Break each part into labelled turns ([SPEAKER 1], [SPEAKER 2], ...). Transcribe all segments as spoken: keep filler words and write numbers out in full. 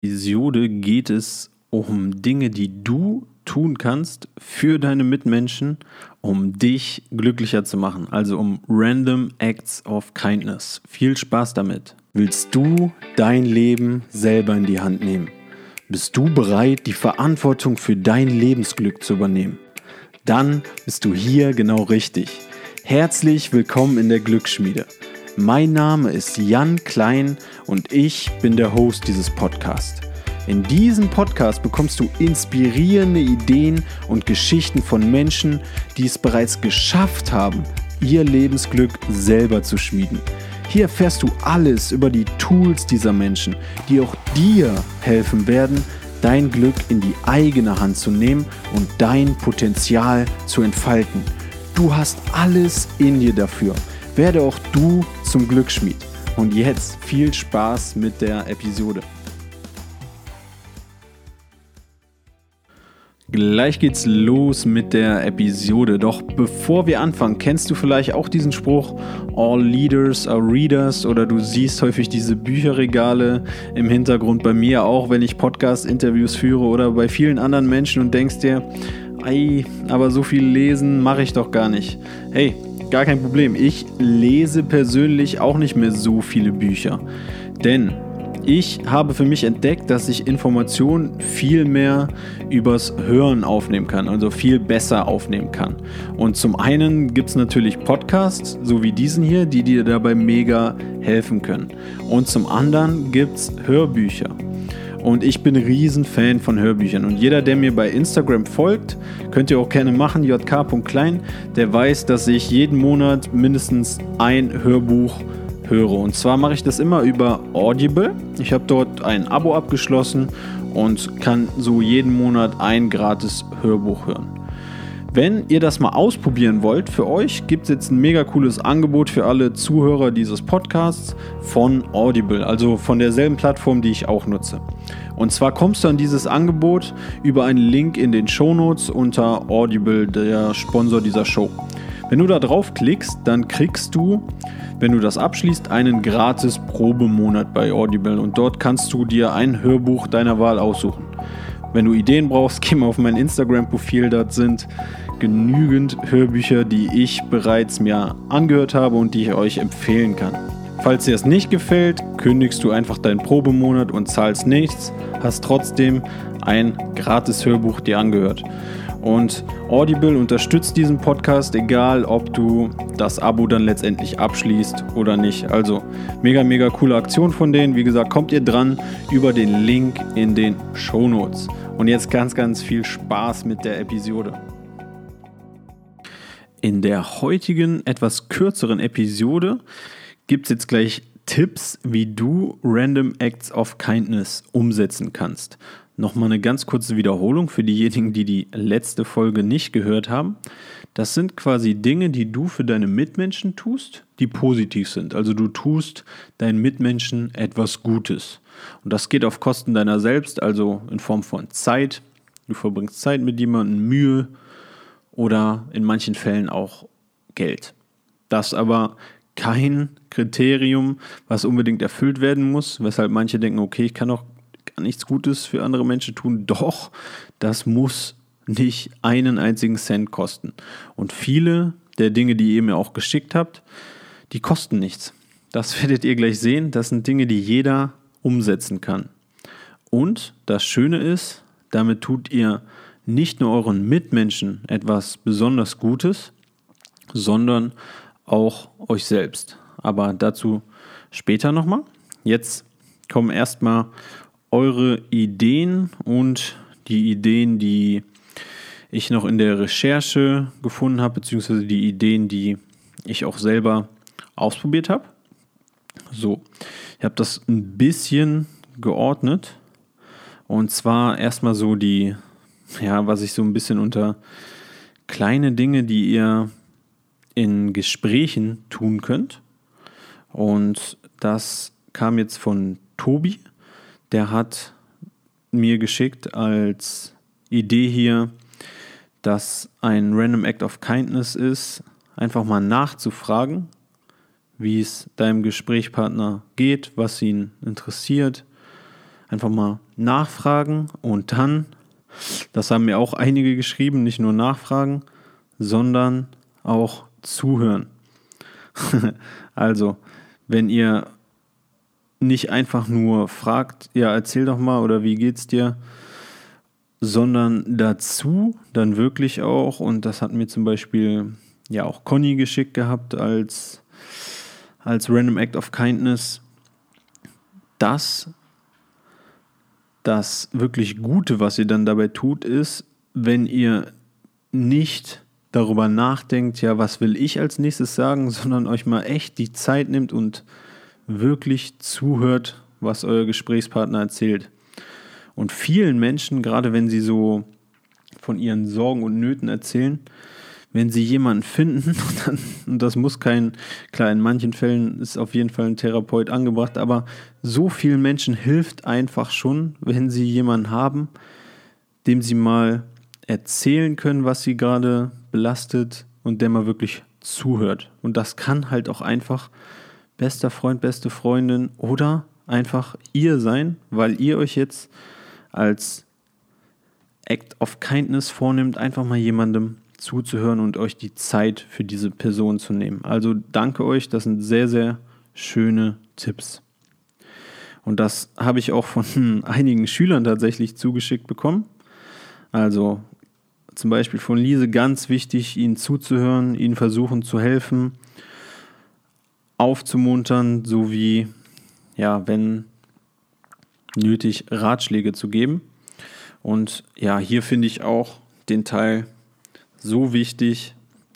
[SPEAKER 1] Episode geht es um Dinge, die du tun kannst für deine Mitmenschen, um dich glücklicher zu machen. Also um Random Acts of Kindness. Viel Spaß damit. Willst du dein Leben selber in die Hand nehmen? Bist du bereit, die Verantwortung für dein Lebensglück zu übernehmen? Dann bist du hier genau richtig. Herzlich willkommen in der Glücksschmiede. Mein Name ist Jan Klein und ich bin der Host dieses Podcasts. In diesem Podcast bekommst du inspirierende Ideen und Geschichten von Menschen, die es bereits geschafft haben, ihr Lebensglück selber zu schmieden. Hier erfährst du alles über die Tools dieser Menschen, die auch dir helfen werden, dein Glück in die eigene Hand zu nehmen und dein Potenzial zu entfalten. Du hast alles in dir dafür. Werde auch du zum Glücksschmied. Und jetzt viel Spaß mit der Episode. Gleich geht's los mit der Episode. Doch bevor wir anfangen, kennst du vielleicht auch diesen Spruch, all leaders are readers, oder du siehst häufig diese Bücherregale im Hintergrund, bei mir auch, wenn ich Podcast-Interviews führe oder bei vielen anderen Menschen und denkst dir, ei, aber so viel lesen mache ich doch gar nicht. Hey, gar kein Problem. Ich lese persönlich auch nicht mehr so viele Bücher. Denn ich habe für mich entdeckt, dass ich Informationen viel mehr übers Hören aufnehmen kann, also viel besser aufnehmen kann. Und zum einen gibt es natürlich Podcasts, so wie diesen hier, die dir dabei mega helfen können. Und zum anderen gibt es Hörbücher. Und ich bin ein Riesenfan von Hörbüchern. Und jeder, der mir bei Instagram folgt, könnt ihr auch gerne machen, j k punkt klein, der weiß, dass ich jeden Monat mindestens ein Hörbuch höre. Und zwar mache ich das immer über Audible. Ich habe dort ein Abo abgeschlossen und kann so jeden Monat ein gratis Hörbuch hören. Wenn ihr das mal ausprobieren wollt, für euch gibt es jetzt ein mega cooles Angebot für alle Zuhörer dieses Podcasts von Audible, also von derselben Plattform, die ich auch nutze. Und zwar kommst du an dieses Angebot über einen Link in den Shownotes unter Audible, der Sponsor dieser Show. Wenn du da draufklickst, dann kriegst du, wenn du das abschließt, einen gratis Probemonat bei Audible und dort kannst du dir ein Hörbuch deiner Wahl aussuchen. Wenn du Ideen brauchst, geh mal auf mein Instagram-Profil, dort sind genügend Hörbücher, die ich bereits mir angehört habe und die ich euch empfehlen kann. Falls dir es nicht gefällt, kündigst du einfach deinen Probemonat und zahlst nichts, hast trotzdem ein gratis Hörbuch dir angehört. Und Audible unterstützt diesen Podcast, egal ob du das Abo dann letztendlich abschließt oder nicht. Also mega, mega coole Aktion von denen. Wie gesagt, kommt ihr dran über den Link in den Shownotes. Und jetzt ganz, ganz viel Spaß mit der Episode. In der heutigen, etwas kürzeren Episode gibt es jetzt gleich Tipps, wie du Random Acts of Kindness umsetzen kannst. Nochmal eine ganz kurze Wiederholung für diejenigen, die die letzte Folge nicht gehört haben. Das sind quasi Dinge, die du für deine Mitmenschen tust, die positiv sind. Also du tust deinen Mitmenschen etwas Gutes. Und das geht auf Kosten deiner selbst, also in Form von Zeit. Du verbringst Zeit mit jemandem, Mühe oder in manchen Fällen auch Geld. Das ist aber kein Kriterium, was unbedingt erfüllt werden muss, weshalb manche denken, okay, ich kann doch gar nichts Gutes für andere Menschen tun. Doch, das muss nicht einen einzigen Cent kosten. Und viele der Dinge, die ihr mir auch geschickt habt, die kosten nichts. Das werdet ihr gleich sehen. Das sind Dinge, die jeder umsetzen kann. Und das Schöne ist, damit tut ihr nicht nur euren Mitmenschen etwas besonders Gutes, sondern auch euch selbst. Aber dazu später nochmal. Jetzt kommen erstmal eure Ideen und die Ideen, die ich noch in der Recherche gefunden habe, beziehungsweise die Ideen, die ich auch selber ausprobiert habe. So, ich habe das ein bisschen geordnet. Und zwar erstmal so die, ja, was ich so ein bisschen unter kleine Dinge, die ihr in Gesprächen tun könnt. Und das kam jetzt von Tobi. Der hat mir geschickt als Idee hier, dass ein Random Act of Kindness ist, einfach mal nachzufragen, wie es deinem Gesprächspartner geht, was ihn interessiert. einfach mal nachfragen und dann, das haben mir auch einige geschrieben, nicht nur nachfragen, sondern auch zuhören. Also, wenn ihr nicht einfach nur fragt, ja, erzähl doch mal oder wie geht's dir, sondern dazu dann wirklich auch, und das hat mir zum Beispiel ja auch Conny geschickt gehabt als, als Random Act of Kindness, dass das wirklich Gute, was ihr dann dabei tut, ist, wenn ihr nicht darüber nachdenkt, ja, was will ich als nächstes sagen, sondern euch mal echt die Zeit nimmt und wirklich zuhört, was euer Gesprächspartner erzählt. Und vielen Menschen, gerade wenn sie so von ihren Sorgen und Nöten erzählen, wenn sie jemanden finden, dann, und das muss kein, klar, in manchen Fällen ist auf jeden Fall ein Therapeut angebracht, aber so vielen Menschen hilft einfach schon, wenn sie jemanden haben, dem sie mal erzählen können, was sie gerade belastet und der mal wirklich zuhört. Und das kann halt auch einfach bester Freund, beste Freundin oder einfach ihr sein, weil ihr euch jetzt als Act of Kindness vornimmt, einfach mal jemandem zuzuhören und euch die Zeit für diese Person zu nehmen. Also danke euch, das sind sehr, sehr schöne Tipps. Und das habe ich auch von einigen Schülern tatsächlich zugeschickt bekommen. Also zum Beispiel von Lise, ganz wichtig, ihnen zuzuhören, ihnen versuchen zu helfen, aufzumuntern, sowie, ja, wenn nötig, Ratschläge zu geben. Und ja, hier finde ich auch den Teil so wichtig,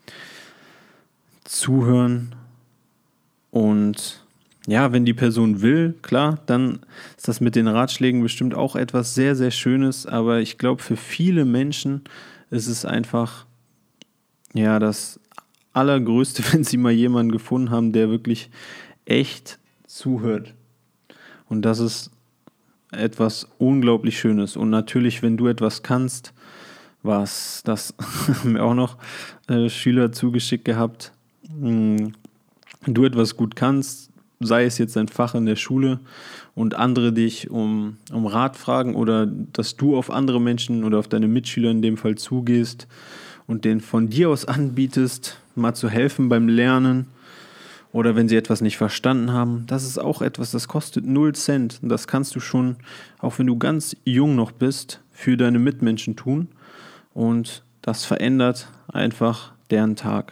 [SPEAKER 1] zuhören und ja, wenn die Person will, klar, dann ist das mit den Ratschlägen bestimmt auch etwas sehr, sehr Schönes, aber ich glaube, für viele Menschen ist es einfach, ja, das Allergrößte, wenn sie mal jemanden gefunden haben, der wirklich echt zuhört. Und das ist etwas unglaublich Schönes. Und natürlich, wenn du etwas kannst, was, das haben mir auch noch äh, Schüler zugeschickt gehabt, mh, du etwas gut kannst, sei es jetzt ein Fach in der Schule und andere dich um, um Rat fragen oder dass du auf andere Menschen oder auf deine Mitschüler in dem Fall zugehst und denen von dir aus anbietest, mal zu helfen beim Lernen oder wenn sie etwas nicht verstanden haben. Das ist auch etwas, das kostet null Cent. Und das kannst du schon, auch wenn du ganz jung noch bist, für deine Mitmenschen tun und das verändert einfach deren Tag.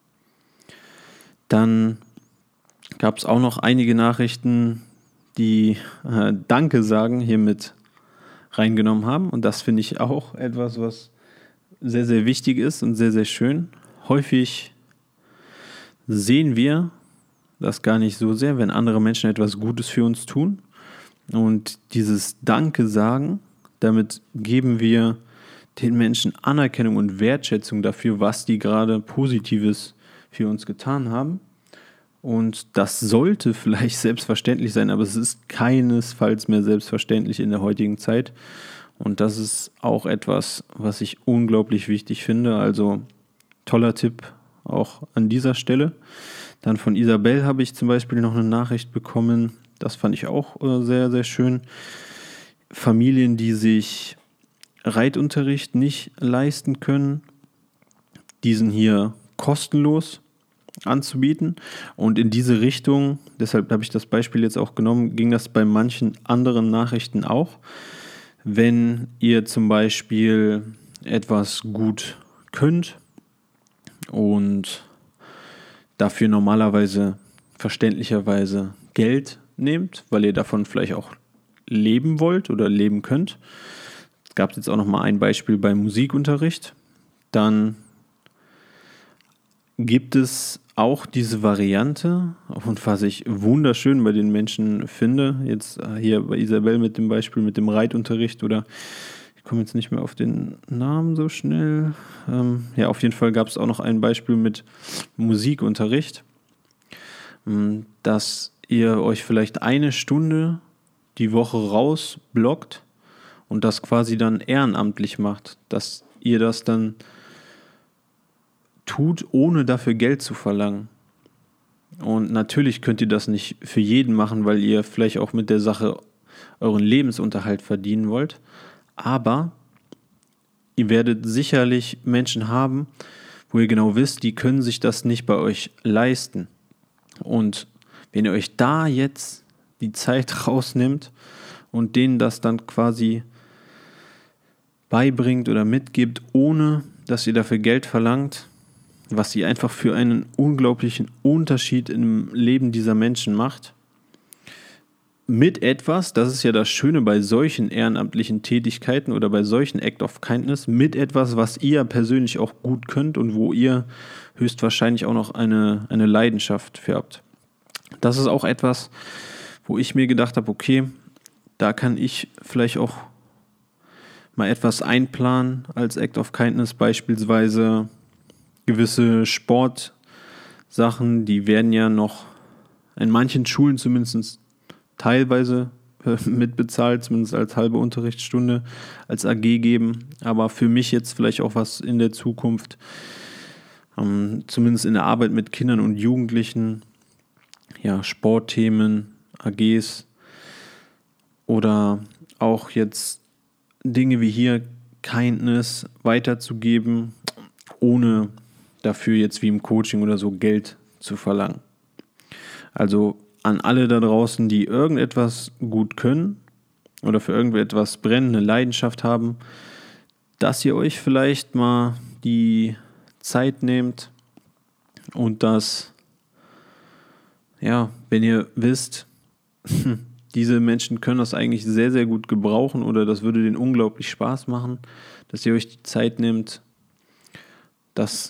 [SPEAKER 1] Dann gab es auch noch einige Nachrichten, die äh, Danke sagen hier mit reingenommen haben. Und das finde ich auch etwas, was sehr, sehr wichtig ist und sehr, sehr schön. Häufig sehen wir das gar nicht so sehr, wenn andere Menschen etwas Gutes für uns tun. Und dieses Danke sagen, damit geben wir den Menschen Anerkennung und Wertschätzung dafür, was die gerade Positives für uns getan haben. Und das sollte vielleicht selbstverständlich sein, aber es ist keinesfalls mehr selbstverständlich in der heutigen Zeit. Und das ist auch etwas, was ich unglaublich wichtig finde. Also toller Tipp auch an dieser Stelle. Dann von Isabel habe ich zum Beispiel noch eine Nachricht bekommen. Das fand ich auch sehr, sehr schön. Familien, die sich Reitunterricht nicht leisten können, diesen hier kostenlos anzubieten. Und in diese Richtung, deshalb habe ich das Beispiel jetzt auch genommen, ging das bei manchen anderen Nachrichten auch. Wenn ihr zum Beispiel etwas gut könnt und dafür normalerweise verständlicherweise Geld nehmt, weil ihr davon vielleicht auch leben wollt oder leben könnt. Es gab jetzt auch noch mal ein Beispiel beim Musikunterricht. Dann gibt es auch diese Variante, und was ich wunderschön bei den Menschen finde, jetzt hier bei Isabel mit dem Beispiel mit dem Reitunterricht oder ich komme jetzt nicht mehr auf den Namen so schnell. Ähm, ja, auf jeden Fall gab es auch noch ein Beispiel mit Musikunterricht, dass ihr euch vielleicht eine Stunde die Woche rausblockt und das quasi dann ehrenamtlich macht, dass ihr das dann tut, ohne dafür Geld zu verlangen. Und natürlich könnt ihr das nicht für jeden machen, weil ihr vielleicht auch mit der Sache euren Lebensunterhalt verdienen wollt. Aber ihr werdet sicherlich Menschen haben, wo ihr genau wisst, die können sich das nicht bei euch leisten. Und wenn ihr euch da jetzt die Zeit rausnimmt und denen das dann quasi beibringt oder mitgibt, ohne dass ihr dafür Geld verlangt, was sie einfach für einen unglaublichen Unterschied im Leben dieser Menschen macht, mit etwas, das ist ja das Schöne bei solchen ehrenamtlichen Tätigkeiten oder bei solchen Act of Kindness, mit etwas, was ihr persönlich auch gut könnt und wo ihr höchstwahrscheinlich auch noch eine, eine Leidenschaft für habt. Das ist auch etwas, wo ich mir gedacht habe, okay, da kann ich vielleicht auch mal etwas einplanen als Act of Kindness, beispielsweise gewisse Sportsachen, die werden ja noch in manchen Schulen zumindest teilweise mitbezahlt, zumindest als halbe Unterrichtsstunde, als A G geben, aber für mich jetzt vielleicht auch was in der Zukunft, ähm, zumindest in der Arbeit mit Kindern und Jugendlichen, ja, Sportthemen, A Gs oder auch jetzt Dinge wie hier Kindness weiterzugeben, ohne dafür jetzt wie im Coaching oder so Geld zu verlangen. Also an alle da draußen, die irgendetwas gut können oder für irgendetwas brennende Leidenschaft haben, dass ihr euch vielleicht mal die Zeit nehmt und das, ja, wenn ihr wisst, diese Menschen können das eigentlich sehr, sehr gut gebrauchen oder das würde denen unglaublich Spaß machen, dass ihr euch die Zeit nehmt, das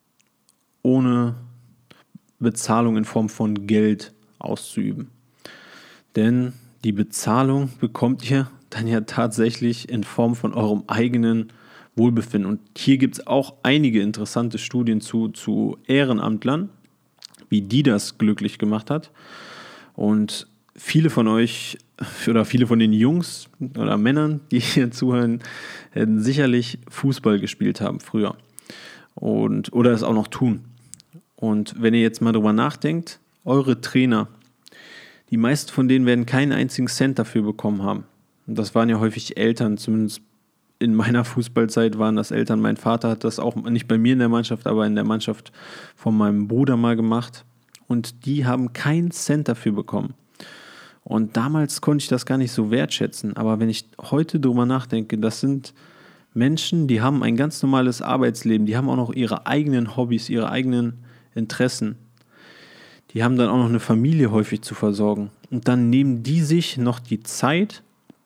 [SPEAKER 1] ohne Bezahlung in Form von Geld auszuüben. Denn die Bezahlung bekommt ihr dann ja tatsächlich in Form von eurem eigenen Wohlbefinden. Und hier gibt es auch einige interessante Studien zu, zu Ehrenamtlern, wie die das glücklich gemacht hat. Und viele von euch oder viele von den Jungs oder Männern, die hier zuhören, werden sicherlich Fußball gespielt haben früher und oder es auch noch tun. Und wenn ihr jetzt mal drüber nachdenkt, eure Trainer, die meisten von denen werden keinen einzigen Cent dafür bekommen haben. Und das waren ja häufig Eltern, zumindest in meiner Fußballzeit waren das Eltern. Mein Vater hat das auch nicht bei mir in der Mannschaft, aber in der Mannschaft von meinem Bruder mal gemacht. Und die haben keinen Cent dafür bekommen. Und damals konnte ich das gar nicht so wertschätzen. Aber wenn ich heute drüber nachdenke, das sind Menschen, die haben ein ganz normales Arbeitsleben. Die haben auch noch ihre eigenen Hobbys, ihre eigenen Interessen. Die haben dann auch noch eine Familie häufig zu versorgen. Und dann nehmen die sich noch die Zeit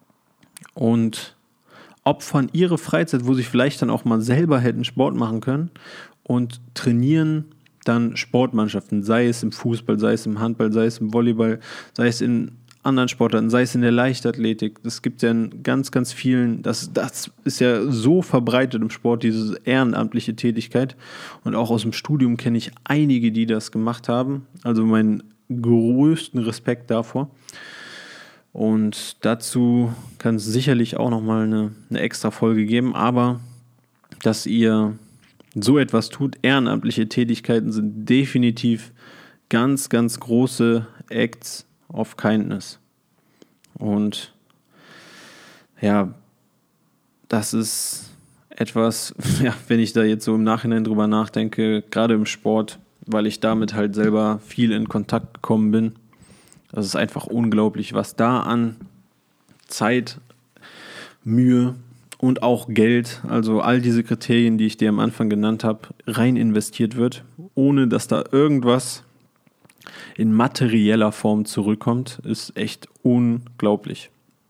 [SPEAKER 1] und opfern ihre Freizeit, wo sie vielleicht dann auch mal selber hätten Sport machen können und trainieren dann Sportmannschaften, sei es im Fußball, sei es im Handball, sei es im Volleyball, sei es in anderen Sportarten, sei es in der Leichtathletik. Das gibt ja in ganz, ganz vielen, das, das ist ja so verbreitet im Sport, diese ehrenamtliche Tätigkeit. Und auch aus dem Studium kenne ich einige, die das gemacht haben. Also meinen größten Respekt davor. Und dazu kann es sicherlich auch nochmal eine, eine extra Folge geben. Aber dass ihr so etwas tut, ehrenamtliche Tätigkeiten sind definitiv ganz, ganz große Acts of Kindness. Und ja, das ist etwas, ja, wenn ich da jetzt so im Nachhinein drüber nachdenke, gerade im Sport, weil ich damit halt selber viel in Kontakt gekommen bin. Das ist einfach unglaublich, was da an Zeit, Mühe und auch Geld, also all diese Kriterien, die ich dir am Anfang genannt habe, rein investiert wird, ohne dass da irgendwas in materieller Form zurückkommt, ist echt unglaublich.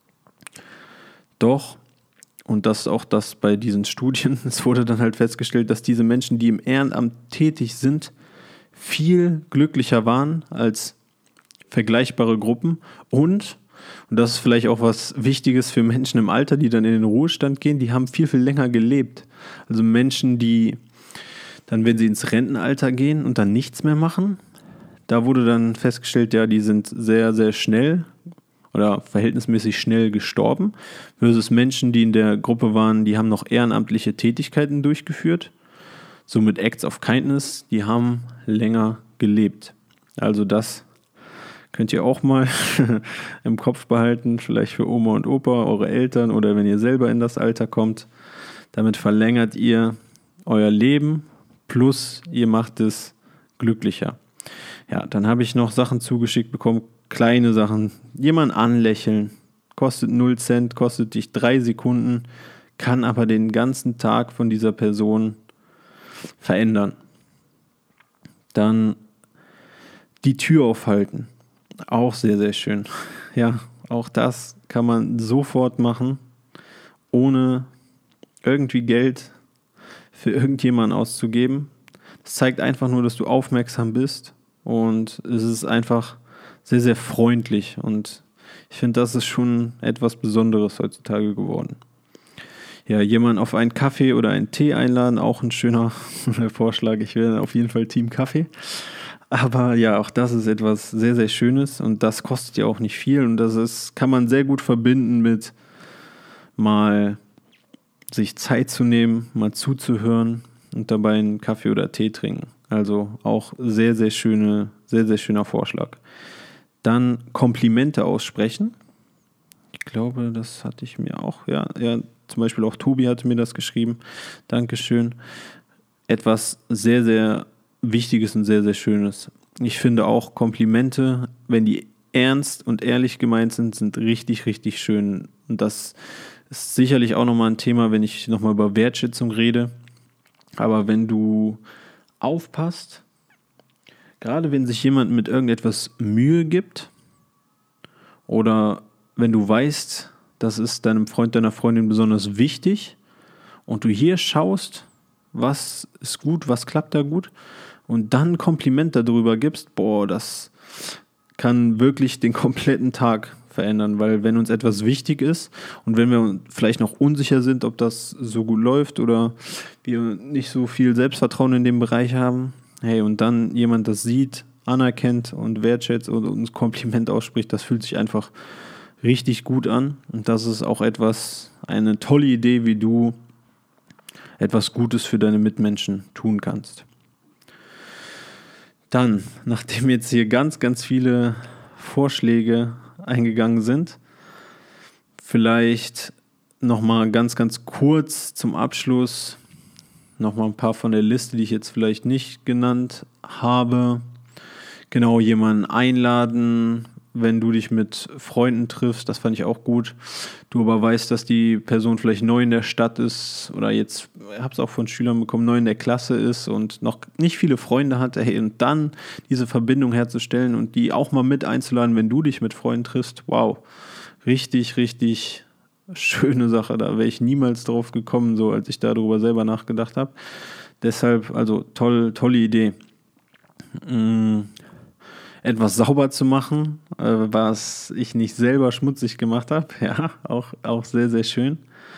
[SPEAKER 1] Doch, und das ist auch das bei diesen Studien, es wurde dann halt festgestellt, dass diese Menschen, die im Ehrenamt tätig sind, viel glücklicher waren als vergleichbare Gruppen und, und das ist vielleicht auch was Wichtiges für Menschen im Alter, die dann in den Ruhestand gehen, die haben viel, viel länger gelebt. Also Menschen, die dann, wenn sie ins Rentenalter gehen und dann nichts mehr machen, da wurde dann festgestellt, ja, die sind sehr, sehr schnell oder verhältnismäßig schnell gestorben, versus Menschen, die in der Gruppe waren, die haben noch ehrenamtliche Tätigkeiten durchgeführt, somit Acts of Kindness, die haben länger gelebt. Also das Könnt ihr auch mal im Kopf behalten, vielleicht für Oma und Opa, eure Eltern oder wenn ihr selber in das Alter kommt. Damit verlängert ihr euer Leben, plus ihr macht es glücklicher. Ja, dann habe ich noch Sachen zugeschickt bekommen, kleine Sachen. Jemand anlächeln, kostet null Cent, kostet dich drei Sekunden, kann aber den ganzen Tag von dieser Person verändern. Dann die Tür aufhalten, auch sehr, sehr schön. Ja, auch das kann man sofort machen, ohne irgendwie Geld für irgendjemanden auszugeben. Das zeigt einfach nur, dass du aufmerksam bist und es ist einfach sehr, sehr freundlich und ich finde, das ist schon etwas Besonderes heutzutage geworden. Ja, jemanden auf einen Kaffee oder einen Tee einladen, auch ein schöner Vorschlag. Ich wäre auf jeden Fall Team Kaffee. Aber ja, auch das ist etwas sehr, sehr Schönes und das kostet ja auch nicht viel und das ist, kann man sehr gut verbinden mit mal sich Zeit zu nehmen, mal zuzuhören und dabei einen Kaffee oder Tee trinken. Also auch sehr, sehr schöne, sehr, sehr schöner Vorschlag. Dann Komplimente aussprechen. Ich glaube, das hatte ich mir auch, ja, ja, zum Beispiel auch Tobi hatte mir das geschrieben. Dankeschön. Etwas sehr, sehr Wichtiges und sehr, sehr Schönes. Ich finde auch Komplimente, wenn die ernst und ehrlich gemeint sind, sind richtig, richtig schön. Und das ist sicherlich auch nochmal ein Thema, wenn ich nochmal über Wertschätzung rede. Aber wenn du aufpasst, gerade wenn sich jemand mit irgendetwas Mühe gibt oder wenn du weißt, das ist deinem Freund, deiner Freundin besonders wichtig und du hier schaust, was ist gut, was klappt da gut und dann ein Kompliment darüber gibst, boah, das kann wirklich den kompletten Tag verändern, weil wenn uns etwas wichtig ist und wenn wir vielleicht noch unsicher sind, ob das so gut läuft oder wir nicht so viel Selbstvertrauen in dem Bereich haben, hey, und dann jemand das sieht, anerkennt und wertschätzt und uns Kompliment ausspricht, das fühlt sich einfach richtig gut an und das ist auch etwas, eine tolle Idee, wie du etwas Gutes für deine Mitmenschen tun kannst. Dann, nachdem jetzt hier ganz, ganz viele Vorschläge eingegangen sind, vielleicht nochmal ganz, ganz kurz zum Abschluss nochmal ein paar von der Liste, die ich jetzt vielleicht nicht genannt habe. Genau, jemanden einladen, wenn du dich mit Freunden triffst, das fand ich auch gut. Du aber weißt, dass die Person vielleicht neu in der Stadt ist oder jetzt, ich habe es auch von Schülern bekommen, neu in der Klasse ist und noch nicht viele Freunde hat, hey, und dann diese Verbindung herzustellen und die auch mal mit einzuladen, wenn du dich mit Freunden triffst, wow, richtig, richtig schöne Sache, da wäre ich niemals drauf gekommen, so als ich darüber selber nachgedacht habe. Deshalb, also toll, tolle Idee. Mhm. Etwas sauber zu machen, äh, was ich nicht selber schmutzig gemacht habe. Ja, auch, auch sehr, sehr schön.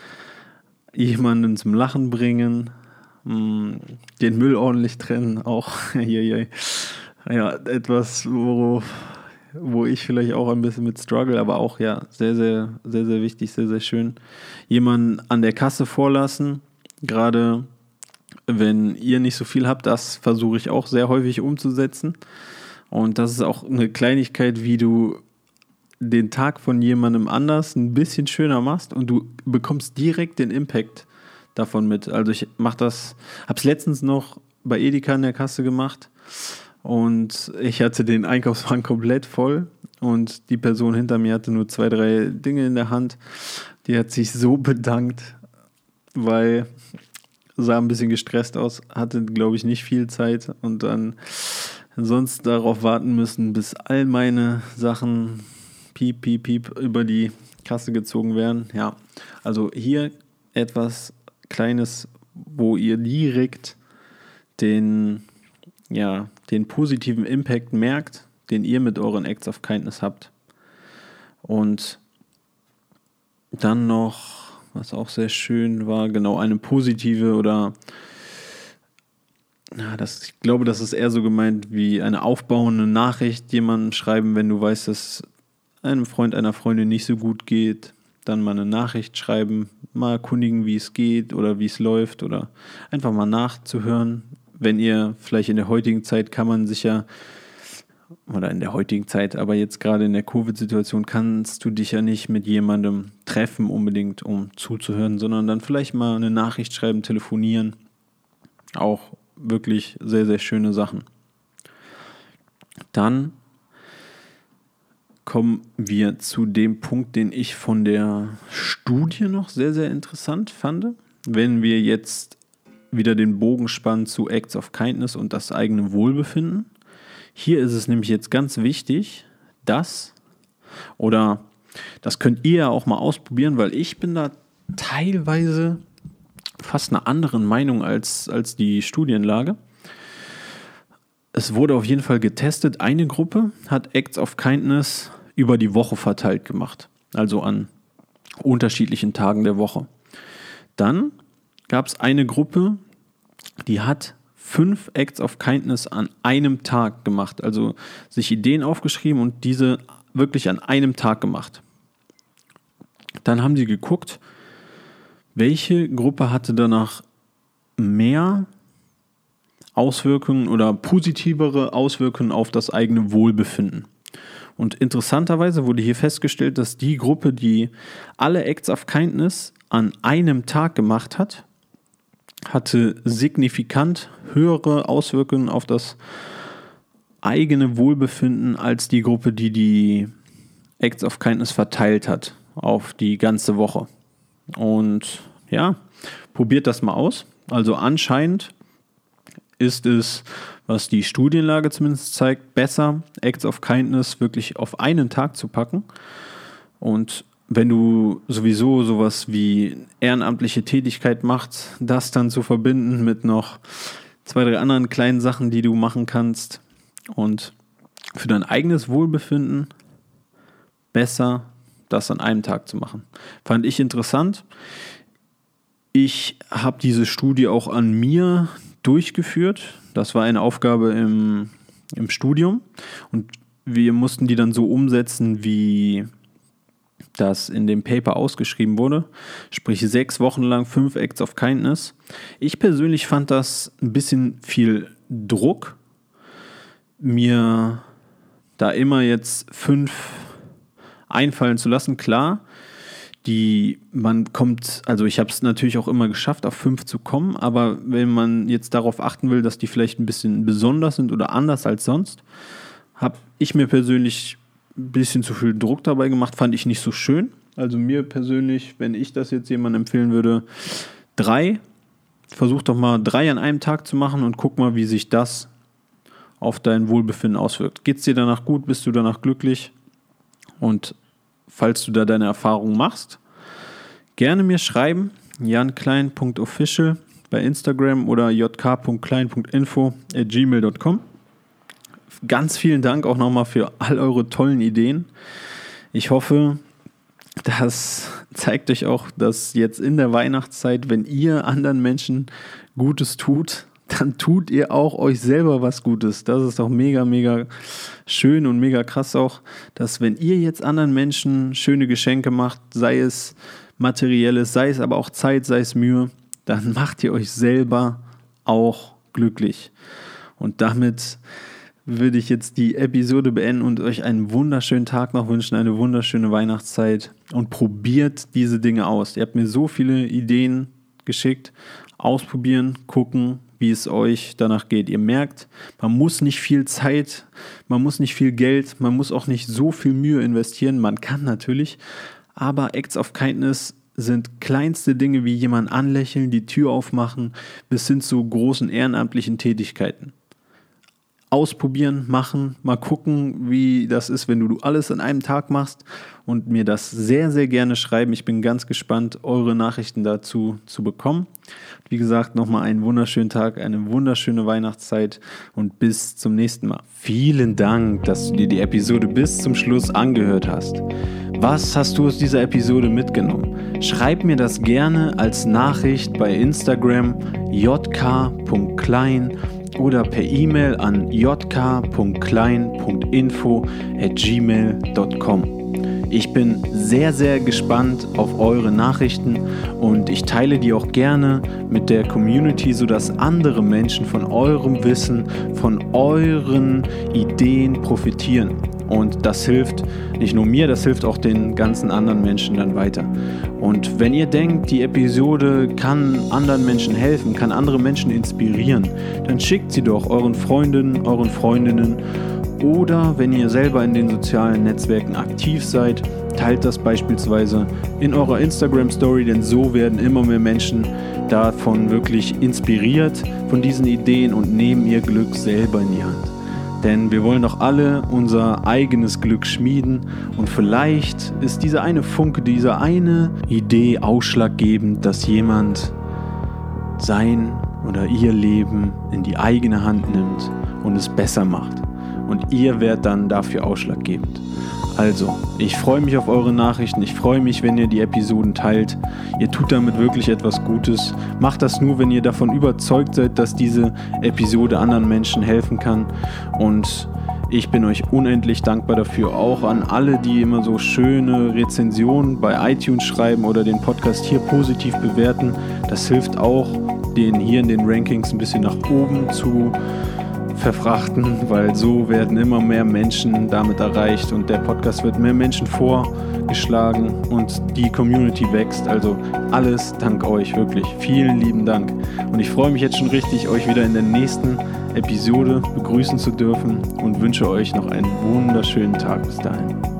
[SPEAKER 1] Jemanden zum Lachen bringen, mh, den Müll ordentlich trennen, auch ja, etwas, wo, wo ich vielleicht auch ein bisschen mit struggle, aber auch ja, sehr, sehr, sehr, sehr wichtig, sehr, sehr schön. Jemanden an der Kasse vorlassen, gerade wenn ihr nicht so viel habt, das versuche ich auch sehr häufig umzusetzen. Und das ist auch eine Kleinigkeit, wie du den Tag von jemandem anders ein bisschen schöner machst und du bekommst direkt den Impact davon mit. Also ich mache das, habe es letztens noch bei Edeka in der Kasse gemacht und ich hatte den Einkaufswagen komplett voll und die Person hinter mir hatte nur zwei, drei Dinge in der Hand. Die hat sich so bedankt, weil sah ein bisschen gestresst aus, hatte, glaube ich, nicht viel Zeit und dann sonst darauf warten müssen, bis all meine Sachen piep, piep, piep über die Kasse gezogen werden. Ja, also hier etwas Kleines, wo ihr direkt den, ja, den positiven Impact merkt, den ihr mit euren Acts of Kindness habt. Und dann noch, was auch sehr schön war, genau eine positive oder Ja, das, ich glaube, das ist eher so gemeint wie eine aufbauende Nachricht jemandem schreiben, wenn du weißt, dass einem Freund, einer Freundin nicht so gut geht, dann mal eine Nachricht schreiben, mal erkundigen, wie es geht oder wie es läuft oder einfach mal nachzuhören. Wenn ihr vielleicht in der heutigen Zeit kann man sich ja oder in der heutigen Zeit, aber jetzt gerade in der Covid-Situation kannst du dich ja nicht mit jemandem treffen unbedingt, um zuzuhören, sondern dann vielleicht mal eine Nachricht schreiben, telefonieren. Auch wirklich sehr, sehr schöne Sachen. Dann kommen wir zu dem Punkt, den ich von der Studie noch sehr, sehr interessant fand. Wenn wir jetzt wieder den Bogen spannen zu Acts of Kindness und das eigene Wohlbefinden. Hier ist es nämlich jetzt ganz wichtig, dass, oder das könnt ihr ja auch mal ausprobieren, weil ich bin da teilweise fast einer anderen Meinung als, als die Studienlage. Es wurde auf jeden Fall getestet. Eine Gruppe hat Acts of Kindness über die Woche verteilt gemacht, also an unterschiedlichen Tagen der Woche. Dann gab es eine Gruppe, die hat fünf Acts of Kindness an einem Tag gemacht, also sich Ideen aufgeschrieben und diese wirklich an einem Tag gemacht. Dann haben sie geguckt, welche Gruppe hatte danach mehr Auswirkungen oder positivere Auswirkungen auf das eigene Wohlbefinden. Und interessanterweise wurde hier festgestellt, dass die Gruppe, die alle Acts of Kindness an einem Tag gemacht hat, hatte signifikant höhere Auswirkungen auf das eigene Wohlbefinden als die Gruppe, die die Acts of Kindness verteilt hat auf die ganze Woche. Und ja, probiert das mal aus. Also anscheinend ist es, was die Studienlage zumindest zeigt, besser, Acts of Kindness wirklich auf einen Tag zu packen. Und wenn du sowieso sowas wie ehrenamtliche Tätigkeit machst, das dann zu verbinden mit noch zwei, drei anderen kleinen Sachen, die du machen kannst und für dein eigenes Wohlbefinden besser, das an einem Tag zu machen. Fand ich interessant. Ich habe diese Studie auch an mir durchgeführt. Das war eine Aufgabe im, im Studium und wir mussten die dann so umsetzen, wie das in dem Paper ausgeschrieben wurde. Sprich sechs Wochen lang fünf Acts of Kindness. Ich persönlich fand das ein bisschen viel Druck, mir da immer jetzt fünf einfallen zu lassen. Klar, die man kommt, also ich habe es natürlich auch immer geschafft, auf fünf zu kommen, aber wenn man jetzt darauf achten will, dass die vielleicht ein bisschen besonders sind oder anders als sonst, habe ich mir persönlich ein bisschen zu viel Druck dabei gemacht, fand ich nicht so schön. Also mir persönlich, wenn ich das jetzt jemandem empfehlen würde, drei, versuch doch mal drei an einem Tag zu machen und guck mal, wie sich das auf dein Wohlbefinden auswirkt. Geht es dir danach gut? Bist du danach glücklich? Und falls du da deine Erfahrungen machst, gerne mir schreiben, jan klein punkt official bei Instagram oder j k punkt klein punkt info at gmail punkt com. Ganz vielen Dank auch nochmal für all eure tollen Ideen. Ich hoffe, das zeigt euch auch, dass jetzt in der Weihnachtszeit, wenn ihr anderen Menschen Gutes tut, dann tut ihr auch euch selber was Gutes. Das ist doch mega, mega schön und mega krass auch, dass wenn ihr jetzt anderen Menschen schöne Geschenke macht, sei es materielles, sei es aber auch Zeit, sei es Mühe, dann macht ihr euch selber auch glücklich. Und damit würde ich jetzt die Episode beenden und euch einen wunderschönen Tag noch wünschen, eine wunderschöne Weihnachtszeit und probiert diese Dinge aus. Ihr habt mir so viele Ideen geschickt. Ausprobieren, gucken, wie es euch danach geht. Ihr merkt, man muss nicht viel Zeit, man muss nicht viel Geld, man muss auch nicht so viel Mühe investieren. Man kann natürlich, aber Acts of Kindness sind kleinste Dinge wie jemanden anlächeln, die Tür aufmachen, bis hin zu großen ehrenamtlichen Tätigkeiten. Ausprobieren, machen, mal gucken, wie das ist, wenn du alles an einem Tag machst und mir das sehr, sehr gerne schreiben. Ich bin ganz gespannt, eure Nachrichten dazu zu bekommen. Wie gesagt, nochmal einen wunderschönen Tag, eine wunderschöne Weihnachtszeit und bis zum nächsten Mal. Vielen Dank, dass du dir die Episode bis zum Schluss angehört hast. Was hast du aus dieser Episode mitgenommen? Schreib mir das gerne als Nachricht bei Instagram j k punkt klein oder per E-Mail an j k punkt klein punkt info at gmail punkt com. Ich bin sehr, sehr gespannt auf eure Nachrichten und ich teile die auch gerne mit der Community, sodass andere Menschen von eurem Wissen, von euren Ideen profitieren. Und das hilft nicht nur mir, das hilft auch den ganzen anderen Menschen dann weiter. Und wenn ihr denkt, die Episode kann anderen Menschen helfen, kann andere Menschen inspirieren, dann schickt sie doch euren Freundinnen, euren Freundinnen. Oder wenn ihr selber in den sozialen Netzwerken aktiv seid, teilt das beispielsweise in eurer Instagram-Story, denn so werden immer mehr Menschen davon wirklich inspiriert von diesen Ideen und nehmen ihr Glück selber in die Hand. Denn wir wollen doch alle unser eigenes Glück schmieden und vielleicht ist diese eine Funke, diese eine Idee ausschlaggebend, dass jemand sein oder ihr Leben in die eigene Hand nimmt und es besser macht. Und ihr werdet dann dafür ausschlaggebend. Also, ich freue mich auf eure Nachrichten, ich freue mich, wenn ihr die Episoden teilt. Ihr tut damit wirklich etwas Gutes. Macht das nur, wenn ihr davon überzeugt seid, dass diese Episode anderen Menschen helfen kann. Und ich bin euch unendlich dankbar dafür, auch an alle, die immer so schöne Rezensionen bei iTunes schreiben oder den Podcast hier positiv bewerten. Das hilft auch, den hier in den Rankings ein bisschen nach oben zu verfrachten, weil so werden immer mehr Menschen damit erreicht und der Podcast wird mehr Menschen vorgeschlagen und die Community wächst. Also alles dank euch, wirklich. Vielen lieben Dank. Und ich freue mich jetzt schon richtig, euch wieder in der nächsten Episode begrüßen zu dürfen und wünsche euch noch einen wunderschönen Tag bis dahin.